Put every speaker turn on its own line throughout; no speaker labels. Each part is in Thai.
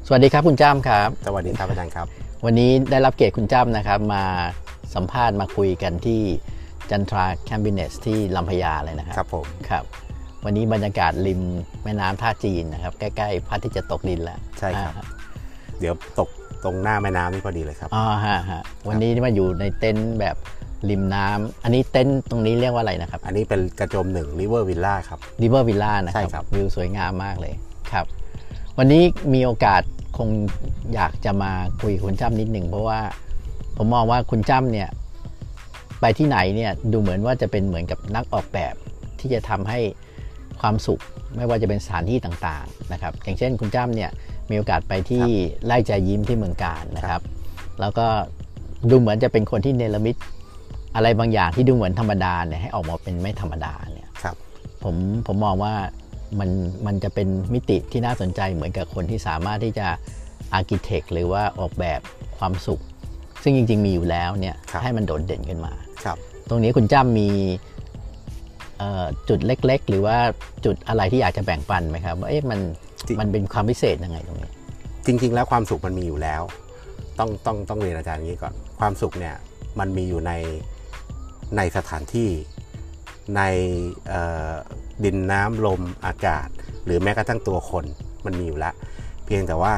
สวัสดีครับคุณจ้ำครับ
สวัสดีครับอาจารย์ครับ
วันนี้ได้รับเกียรติคุณจ้ำนะครับมาสัมภาษณ์มาคุยกันที่จันทราแคมปิเนสที่ลำพญาเลยนะครับ
ครับผม
ครับวันนี้บรรยากาศริมแม่น้ำท่าจีนนะครับใกล้ๆพระอาทิตย์จะตกดินแล้ว
ใช่ครับเดี๋ยวตกตรงหน้าแม่น้ำนี่พอดีเลยครับ
ฮะวันนี้มาอยู่ในเต็นท์แบบริมน้ำอันนี้เต็นท์ตรงนี้เรียกว่าอะไรนะครับ
อันนี้เป็นกระโจม1 River Villa ครับ
River Villa นะครับวิวสวยงามมากเลยครับวันนี้มีโอกาสคงอยากจะมาคุยกับคุณจ้ำนิดหนึ่งเพราะว่าผมมองว่าคุณจ้ำเนี่ยไปที่ไหนเนี่ยดูเหมือนว่าจะเป็นเหมือนกับนักออกแบบที่จะทำให้ความสุขไม่ว่าจะเป็นสถานที่ต่างๆนะครับอย่างเช่นคุณจ้ำเนี่ยมีโอกาสไปที่ไร่ใจยิ้มที่เมืองกาญนะครับแล้วก็ดูเหมือนจะเป็นคนที่เนรมิตอะไรบางอย่างที่ดูเหมือนธรรมดาเนี่ยให้ออกมาเป็นไม่ธรรมดาเนี่ยผมมองว่ามันจะเป็นมิติที่น่าสนใจเหมือนกับคนที่สามารถที่จะอาร์คิเทคหรือว่าออกแบบความสุขซึ่งจริงๆมีอยู่แล้วเนี่ยให้มันโดดเด่นขึ้นมาตรงนี้คุณจ้ำมีจุดเล็กๆหรือว่าจุดอะไรที่อยากจะแบ่งปันไหมครับว่ามันเป็นความพิเศษยังไงตรงนี้
จริงๆแล้วความสุขมันมีอยู่แล้วต้องเรียนอาจารย์อย่างนี้ก่อนความสุขเนี่ยมันมีอยู่ในสถานที่ในดินน้ำลมอากาศหรือแม้กระทั่งตัวคนมันมีอยู่แล้วเพียงแต่ว่า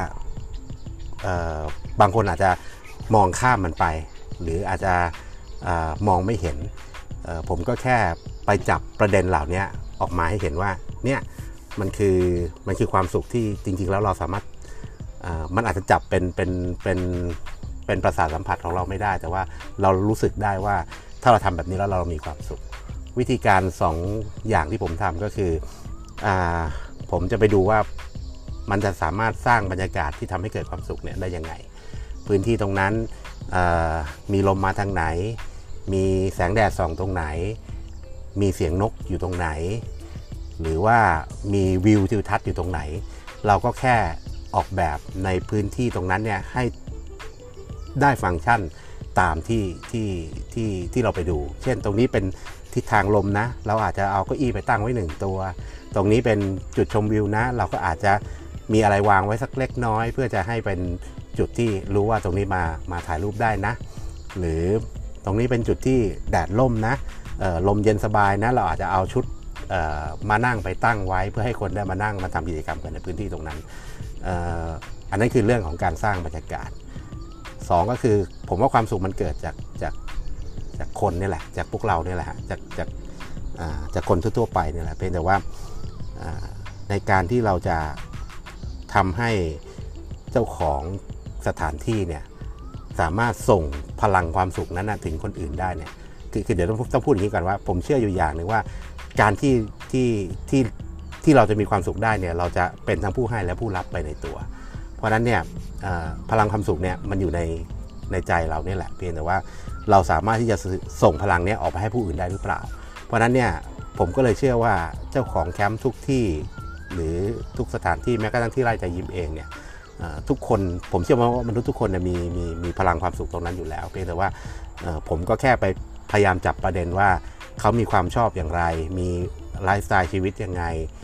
บางคนอาจจะมองข้ามมันไปหรืออาจจะมองไม่เห็นผมก็แค่ไปจับประเด็นเหล่านี้ออกมาให้เห็นว่าเนี่ยมันคือความสุขที่จริงๆแล้วเราสามารถมันอาจจะจับเป็นประสาทสัมผัสของเราไม่ได้แต่ว่าเรารู้สึกได้ว่าถ้าเราทำแบบนี้แล้วเรามีความสุขวิธีการ2อย่างที่ผมทำก็คือผมจะไปดูว่ามันจะสามารถสร้างบรรยากาศที่ทำให้เกิดความสุขเนี่ยได้ยังไงพื้นที่ตรงนั้นมีลมมาทางไหนมีแสงแดดส่องตรงไหนมีเสียงนกอยู่ตรงไหนหรือว่ามีวิวทิวทัศน์อยู่ตรงไหนเราก็แค่ออกแบบในพื้นที่ตรงนั้นเนี่ยให้ได้ฟังก์ชันตามที่เราไปดูเช่นตรงนี้เป็นทิศทางลมนะเราอาจจะเอาเก้าอี้ไปตั้งไว้1ตัวตรงนี้เป็นจุดชมวิวนะเราก็อาจจะมีอะไรวางไว้สักเล็กน้อยเพื่อจะให้เป็นจุดที่รู้ว่าตรงนี้มาถ่ายรูปได้นะหรือตรงนี้เป็นจุดที่แดดล่มนะลมเย็นสบายนะเราอาจจะเอาชุดมานั่งไปตั้งไว้เพื่อให้คนได้มานั่งมาทำกิจกรรมกันในพื้นที่ตรงนั้นอันนั้นคือเรื่องของการสร้างบรรยากาศ2ก็คือผมว่าความสุขมันเกิดจากคนนี่แหละจากพวกเราเนี่ยแหละจากคนทั่วๆไปนี่แหละเพียงแต่ว่าในการที่เราจะทำให้เจ้าของสถานที่เนี่ยสามารถส่งพลังความสุขนั้นถึงคนอื่นได้เนี่ยคือเดี๋ยวต้องพูดอย่างนี้ก่อนว่าผมเชื่ออยู่อย่างหนึ่งว่าการที่เราจะมีความสุขได้เนี่ยเราจะเป็นทั้งผู้ให้และผู้รับไปในตัวเพราะฉะนั้นเนี่ยพลังความสุขเนี่ยมันอยู่ในใจเราเนี่ยแหละเพียงแต่ว่าเราสามารถที่จะส่งพลังนี้ออกไปให้ผู้อื่นได้หรือเปล่าเพราะฉะนั้นเนี่ยผมก็เลยเชื่อว่าเจ้าของแคมป์ทุกที่หรือทุกสถานที่แม้กระทั่งที่ไร่ใจยิ้มเองเนี่ยทุกคนผมเชื่อว่ามนุษย์ทุกคนมีพลังความสุขตรงนั้นอยู่แล้วเพียงแต่ว่าผมก็แค่ไปพยายามจับประเด็นว่าเขามีความชอบอย่างไรมีไลฟ์สไตล์ชีวิตยังไง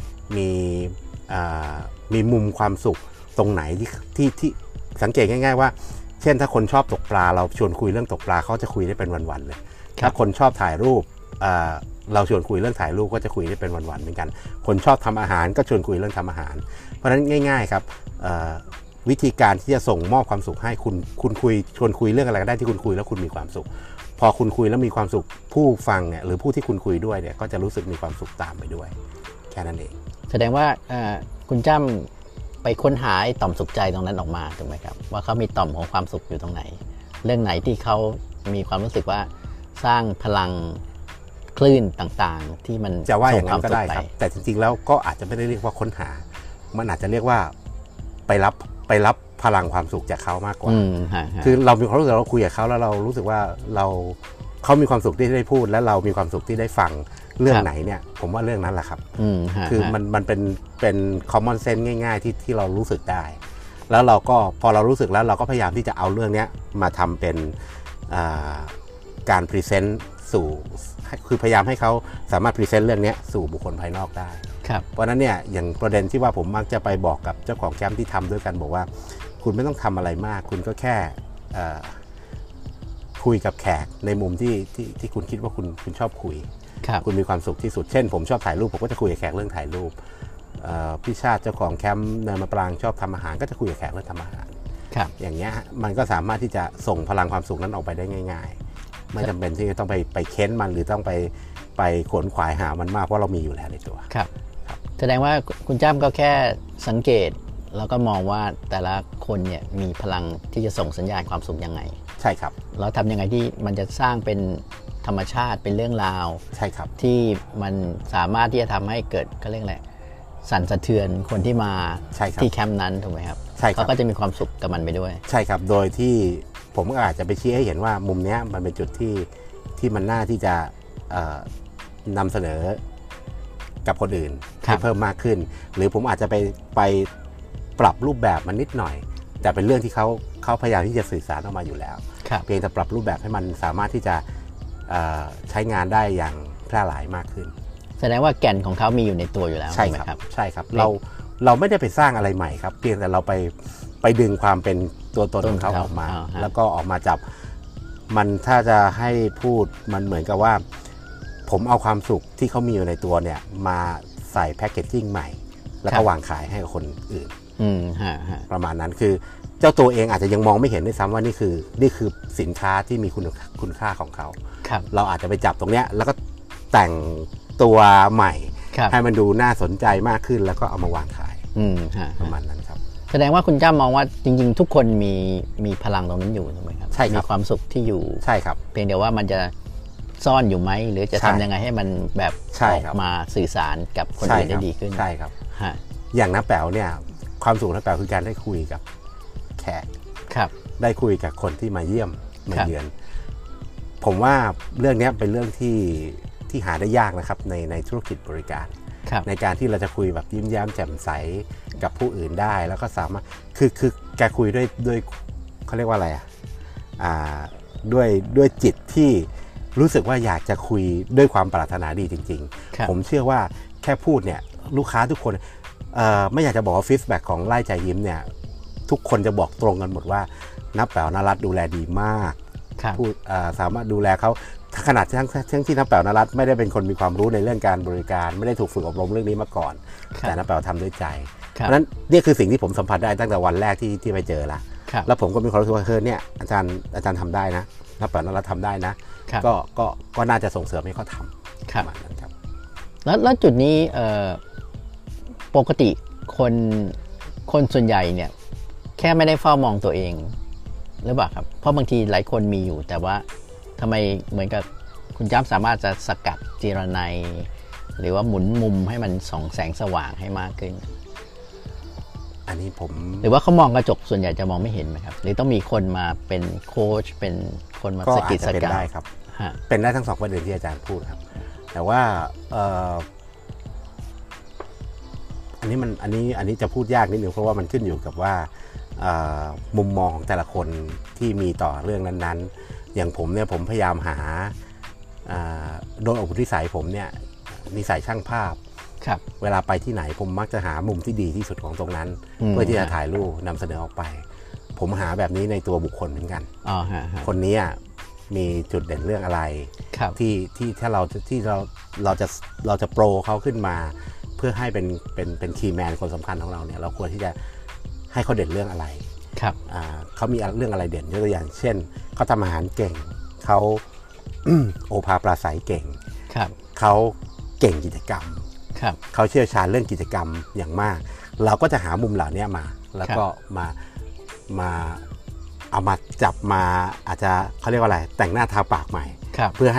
มีมุมความสุขตรงไหนที่สังเกตง่ายๆว่าเช่นถ้าคนชอบตกปลาเราชวนคุยเรื่องตกปลาเขาจะคุยได้เป็นวันๆเลยถ้าคนชอบถ่ายรูปเราชวนคุยเรื่องถ่ายรูปก็จะคุยได้เป็นวันๆเหมือนกันคนชอบทำอาหารก็ชวนคุยเรื่องทำอาหารเพราะฉะนั้นง่ายๆครับวิธีการที่จะส่งมอบความสุขให้คุณคุยชวนคุยเรื่องอะไรก็ได้ที่คุณคุยแล้วคุณมีความสุขพอคุณคุยแล้วมีความสุขผู้ฟังเนี่ยหรือผู้ที่คุณคุยด้วยเนี่ยก็จะรู้สึกมีความสุขตามไปด้วยแค่นั้นเอง
แสดงว่าคุณจ้ำไปค้นหาต่อมสุขใจตรงนั้นออกมาถูกไหมครับว่าเขามีต่อมของความสุขอยู่ตรงไหนเรื่องไหนที่เขามีความรู้สึกว่าสร้างพลังคลื่นต่างๆที่มัน
จะว่าอย่างนั้นก็ได้ครับแต่จริงๆแล้วก็อาจจะไม่ได้เรียกว่าค้นหามันอาจจะเรียกว่าไปรับพลังความสุขจากเขามากกว่าคือเรามีความรู้สึกเราคุยกับเขาแล้วเรารู้สึกว่าเขามีความสุขที่ได้พูดและเรามีความสุขที่ได้ฟังเรื่องไหนเนี่ยผมว่าเรื่องนั้นแหละครับคือมันเป็น common sense ง่ายๆที่เรารู้สึกได้แล้วเราก็พอเรารู้สึกแล้วเราก็พยายามที่จะเอาเรื่องนี้มาทำเป็นการพรีเซนต์สู่คือพยายามให้เขาสามารถพรีเซนต์เรื่องนี้สู่บุคคลภายนอกได้
ครับ
เพราะฉะนั้นเนี่ยอย่างประเด็นที่ว่าผมมักจะไปบอกกับเจ้าของแคมป์ที่ทำด้วยกันบอกว่าคุณไม่ต้องทำอะไรมากคุณก็แค่คุยกับแขกในมุมที่คุณคิดว่าคุณชอบคุยคุณมีความสุขที่สุดเช่นผมชอบถ่ายรูปผมก็จะคุยกับแขกเรื่องถ่ายรูปพี่ชาติเจ้าของแคมป์เนินมะปรางชอบทำอาหารก็จะคุยกับแขกเรื่องทำอาหารอย่างเงี้ยมันก็สามารถที่จะส่งพลังความสุขนั้นออกไปได้ง่ายๆไม่จำเป็นที่จะต้องไปเค้นมันหรือต้องไปขวนขวายหามันมากเพราะเรามีอยู่แล้วในตัว
ครับแสดงว่าคุณจ้ำก็แค่สังเกตแล้วก็มองว่าแต่ละคนเนี่ยมีพลังที่จะส่งสัญญาณความสุขยังไง
ใช่ครับ
แล้วทำยังไงที่มันจะสร้างเป็นธรรมชาติเป็นเรื่องราว
ใช่ครับ
ที่มันสามารถที่จะทำให้เกิดเขาเรียกอะไรสั่นสะเทือนคนที่มาที่แคมป์นั้นถูกไหมครับ
ใช่ครับ
เขาก็จะมีความสุขกับมันไปด้วย
ใช่ครับโดยที่ผมก็อาจจะไปชี้ให้เห็นว่ามุมนี้มันเป็นจุดที่มันน่าที่จะนำเสนอกับคนอื่นให้เพิ่มมากขึ้นหรือผมอาจจะไปปรับรูปแบบมันนิดหน่อยแต่เป็นเรื่องที่เขาพยายามที่จะสื่อสารออกมาอยู่แล้วเพียงแต่ปรับรูปแบบให้มันสามารถที่จะใช้งานได้อย่างแพร่หลายมากขึ้น
แสดงว่าแก่นของเขามีอยู่ในตัวอยู่แล้ว
ใช่ครับใช่ครับเราไม่ได้ไปสร้างอะไรใหม่ครับเพียงแต่เราไปดึงความเป็นตัวตนของเขาออกมาแล้วก็ออกมาจับมันถ้าจะให้พูดมันเหมือนกับว่าผมเอาความสุขที่เขามีอยู่ในตัวเนี่ยมาใส่แพคเกจจิ้งใหม่แล้วก็วางขายให้กับคนอื่นประมาณนั้นคือเจ้าตัวเองอาจจะยังมองไม่เห็นด้วยซ้ำว่านี่คือสินค้าที่มีคุณค่าของเขาเราอาจจะไปจับตรงเนี้ยแล้วก็แต่งตัวใหม่ให้มันดูน่าสนใจมากขึ้นแล้วก็เอามาวางขายประมาณนั้นครับ
แสดงว่าคุณจ้ามองว่าจริงๆทุกคนมีพลังตรงนั้นอยู่ถูกไหมครับ
ใช่ครับ
มีความสุขที่อยู่
ใช่ครับ
เพียงแต่ว่ามันจะซ่อนอยู่ไหมหรือจะทำยังไงให้มันแบบออกมาสื่อสารกับคนอื่นได้ดีขึ้น
ใช่ครับอย่างน้าแป๋วเนี่ยความสุขน้าแป๋วคือการได้คุยกับแขกได้คุยกับคนที่มาเยี่ยมมาเยือนผมว่าเรื่องนี้เป็นเรื่องที่หาได้ยากนะครับในธุรกิจบริการในการที่เราจะคุยแบบยิ้มแย้มแจ่มใสกับผู้อื่นได้แล้วก็สามารถคือแกคุยด้วยเขาเรียกว่าอะไรด้วยจิตที่รู้สึกว่าอยากจะคุยด้วยความปรารถนาดีจริงๆผมเชื่อว่าแค่พูดเนี่ยลูกค้าทุกคนไม่อยากจะบอกว่าฟีดแบ็กของไล่ใจยิ้มเนี่ยทุกคนจะบอกตรงกันหมดว่าน้าแป๋วนารัตดูแลดีมากพูดสามารถดูแลเขาขนาดทั้งที่น้าแป๋วนารัตไม่ได้เป็นคนมีความรู้ในเรื่องการบริการไม่ได้ถูกฝึกอบรมเรื่องนี้มาก่อนแต่น้าแป๋วทำด้วยใจเพราะฉะนั้นนี่คือสิ่งที่ผมสัมผัสได้ตั้งแต่วันแรกที่ไปเจอละแล้วผมก็มีความรู้สึกว่าเนี่ยอาจารย์ทำได้นะน้าแป๋วนารัตทำได้นะก็น่าจะส่งเสริมให้เขาทำประมาณนั้นครับ
แล้วจุดนี้ปกติคนส่วนใหญ่เนี่ยแค่ไม่ได้เฝ้ามองตัวเองหรือเปล่าครับเพราะบางทีหลายคนมีอยู่แต่ว่าทำไมเหมือนกับคุณจ้ำสามารถจะสกัดเจรไนหรือว่าหมุนมุมให้มันส่องแสงสว่างให้มากขึ้น
อันนี้ผม
หรือว่าเขามองกระจกส่วนใหญ่จะมองไม่เห็นไหมครับหรือต้องมีคนมาเป็นโค้ชเป็นคนมาสกิดสกัด
ได้ครับเป็นได้ทั้งสองประเด็นที่อาจารย์พูดครับแต่ว่าอันนี้จะพูดยากนิดนึงเพราะว่ามันขึ้นอยู่กับว่ามุมมองของแต่ละคนที่มีต่อเรื่องนั้นๆอย่างผมเนี่ยผมพยายามหาโดยอุปนิสัยผมเนี่ยนิสัยช่างภาพเวลาไปที่ไหนผมมักจะหามุมที่ดีที่สุดของตรงนั้นเพื่อที่จะถ่ายรูปนำเสนอออกไปผมหาแบบนี้ในตัวบุคคลเหมือนกันคนนี้มีจุดเด่นเรื่องอะไรที่ถ้าเราจะโปรเขาขึ้นมาเพื่อให้เป็นคีย์แมนคนสำคัญของเราเนี่ยเราควรที่จะให้เขาเด่นเรื่องอะไรเขามีเรื่องอะไรเด่นยกตัวอย่างเช่นเขาทำอาหารเก่งเขาโอภาปราศัยเก่งเขาเก่งกิจกรรมเขาเชี่ยวชาญเรื่องกิจกรรมอย่างมากเราก็จะหามุมเหล่านี้มาแล้วก็มาเอามาจับมาอาจจะเขาเรียกว่าอะไรแต่งหน้าทาปากใหม่เพื่อให้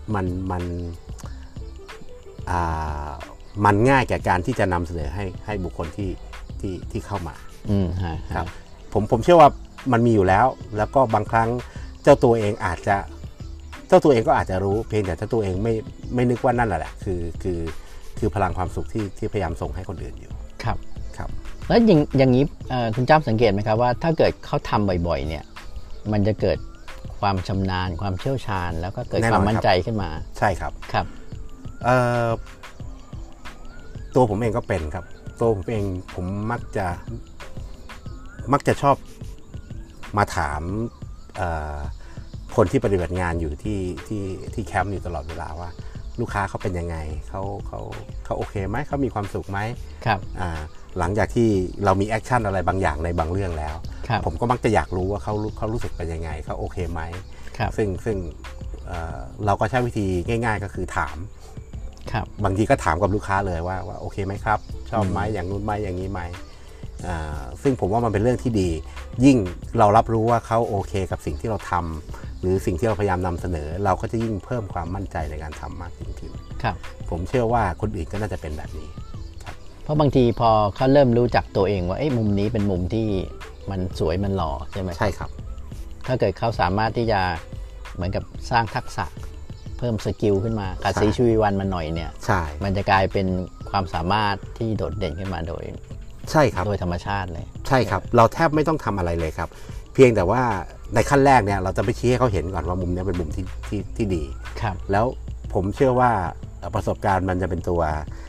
มันง่ายแก่การที่จะนำเสนอให้บุคคลที่เข้ามาครับผมเชื่อว่ามันมีอยู่แล้วก็บางครั้งเจ้าตัวเองก็อาจจะรู้เพียงแต่เจ้าตัวเองไม่นึกว่านั่นแหละคือพลังความสุขที่พยายามส่งให้คนอื่นอยู่
ครับแล้วอย่างนี้คุณจ้ำสังเกตไหมครับว่าถ้าเกิดเขาทำบ่อยๆเนี่ยมันจะเกิดความชำนาญความเชี่ยวชาญแล้วก็เกิดความมั่นใจขึ้นมา
ใช่ครับตัวผมเองก็เป็นครับตัวผมเองผมมักจะชอบมาถามคนที่ปฏิบัติงานอยู่ที่แคมป์อยู่ตลอดเวลาว่าลูกค้าเขาเป็นยังไงเขาโอเคไหมเขามีความสุขไหม
ครับ
หลังจากที่เรามีแอคชั่นอะไรบางอย่างในบางเรื่องแล้วผมก็มักจะอยากรู้ว่าเขารู้สึกเป็นยังไงเขาโอเคไหมซึ่งเราก็ใช้วิธีง่ายๆก็คือถามบางทีก็ถามกับลูกค้าเลยว่าโอเคไหมครับชอบไหมอย่างนู้นไหมอย่างนี้ไหมซึ่งผมว่ามันเป็นเรื่องที่ดียิ่งเรารับรู้ว่าเขาโอเคกับสิ่งที่เราทำหรือสิ่งที่เราพยายามนำเสนอเราก็จะยิ่งเพิ่มความมั่นใจในการทำมากยิ่งขึ้นผมเชื่อว่าคนอื่นก็น่าจะเป็นแบบนี้
เพราะบางทีพอเขาเริ่มรู้จักตัวเองว่ามุมนี้เป็นมุมที่มันสวยมันหล่อใช่ไหม
ใช่ครับ
ถ้าเกิดเขาสามารถที่จะเหมือนกับสร้างทักษะเพิ่มสกิลขึ้นมากัดสีชีวิวันมันหน่อยเนี่ยมันจะกลายเป็นความสามารถที่โดดเด่นขึ้นมาโดย
ใช่ครับ
โดยธรรมชาติเลย
ใช่ครับเราแทบไม่ต้องทำอะไรเลยครับเพียงแต่ว่าในขั้นแรกเนี่ยเราจะไปชี้ให้เขาเห็นก่อนว่ามุมนี้เป็นมุมที่ดี
ครับ
แล้วผมเชื่อว่าประสบการณ์มันจะเป็นตัว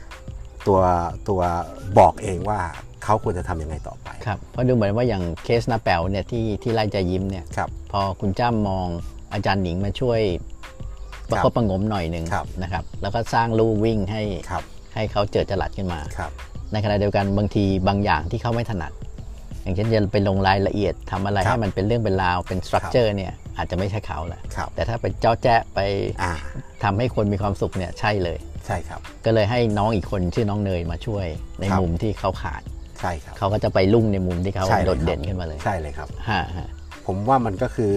บอกเองว่าเขาควรจะทำยังไงต่อไป
ครับเพราะดูเหมือนว่าอย่างเคสนาแป๋วเนี่ยที่ไล่จะยิ้มเนี่ยพอคุณจ้ำมองอาจารย์หนิงมาช่วยประคบประงมหน่อยหนึ่งนะครับแล้วก็สร้างลู่วิ่งให้เขาเจิดจรัสขึ้นมาในขณะเดียวกันบางทีบางอย่างที่เขาไม่ถนัดอย่างเช่นจะไปลงรายละเอียดทำอะไรให้มันเป็นเรื่องเป็นราวเป็นสตรัคเจอร์เนี่ยอาจจะไม่ใช่เขาแหละแต่ถ้าไปเจ้าแจ๊ะไปทำให้คนมีความสุขเนี่ยใช่เลย
ใช่ครับ
ก็เลยให้น้องอีกคนชื่อน้องเนยมาช่วยในมุมที่เขาขาด
ใช่ครับ
เขาก็จะไปลุ่งในมุมที่เขาโดดเด่นขึ้นมาเลย
ใช่เลยครับผมว่ามันก็คือ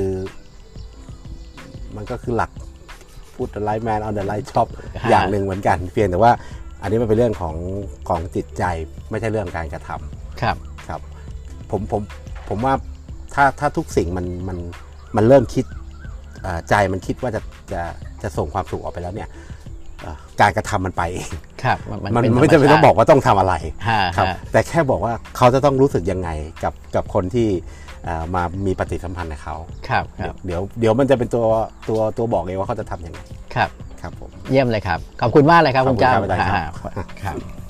หลักพูด the right man on the right job อย่างหนึ่งเหมือนกันเพียงแต่ว่าอันนี้มันเป็นเรื่องของจิตใจไม่ใช่เรื่องการกระทำครับผมว่าถ้าทุกสิ่งมันเริ่มคิดใจมันคิดว่าจะส่งความสุขออกไปแล้วเนี่ยการกระทำมันไปเองมันไม่จำเป็นต้องบอกว่าต้องทำอะไรครับแต่แค่บอกว่าเขาจะต้องรู้สึกยังไงกับคนที่มามีปฏิสัมพันธ์กับเขาเดี๋ยวมันจะเป็นตัวบอกเองว่าเขาจะทำยังไง
ครับ
ผม
เยี่ยมเลยครับขอบคุณมากเลยครับคุณจ้าครับ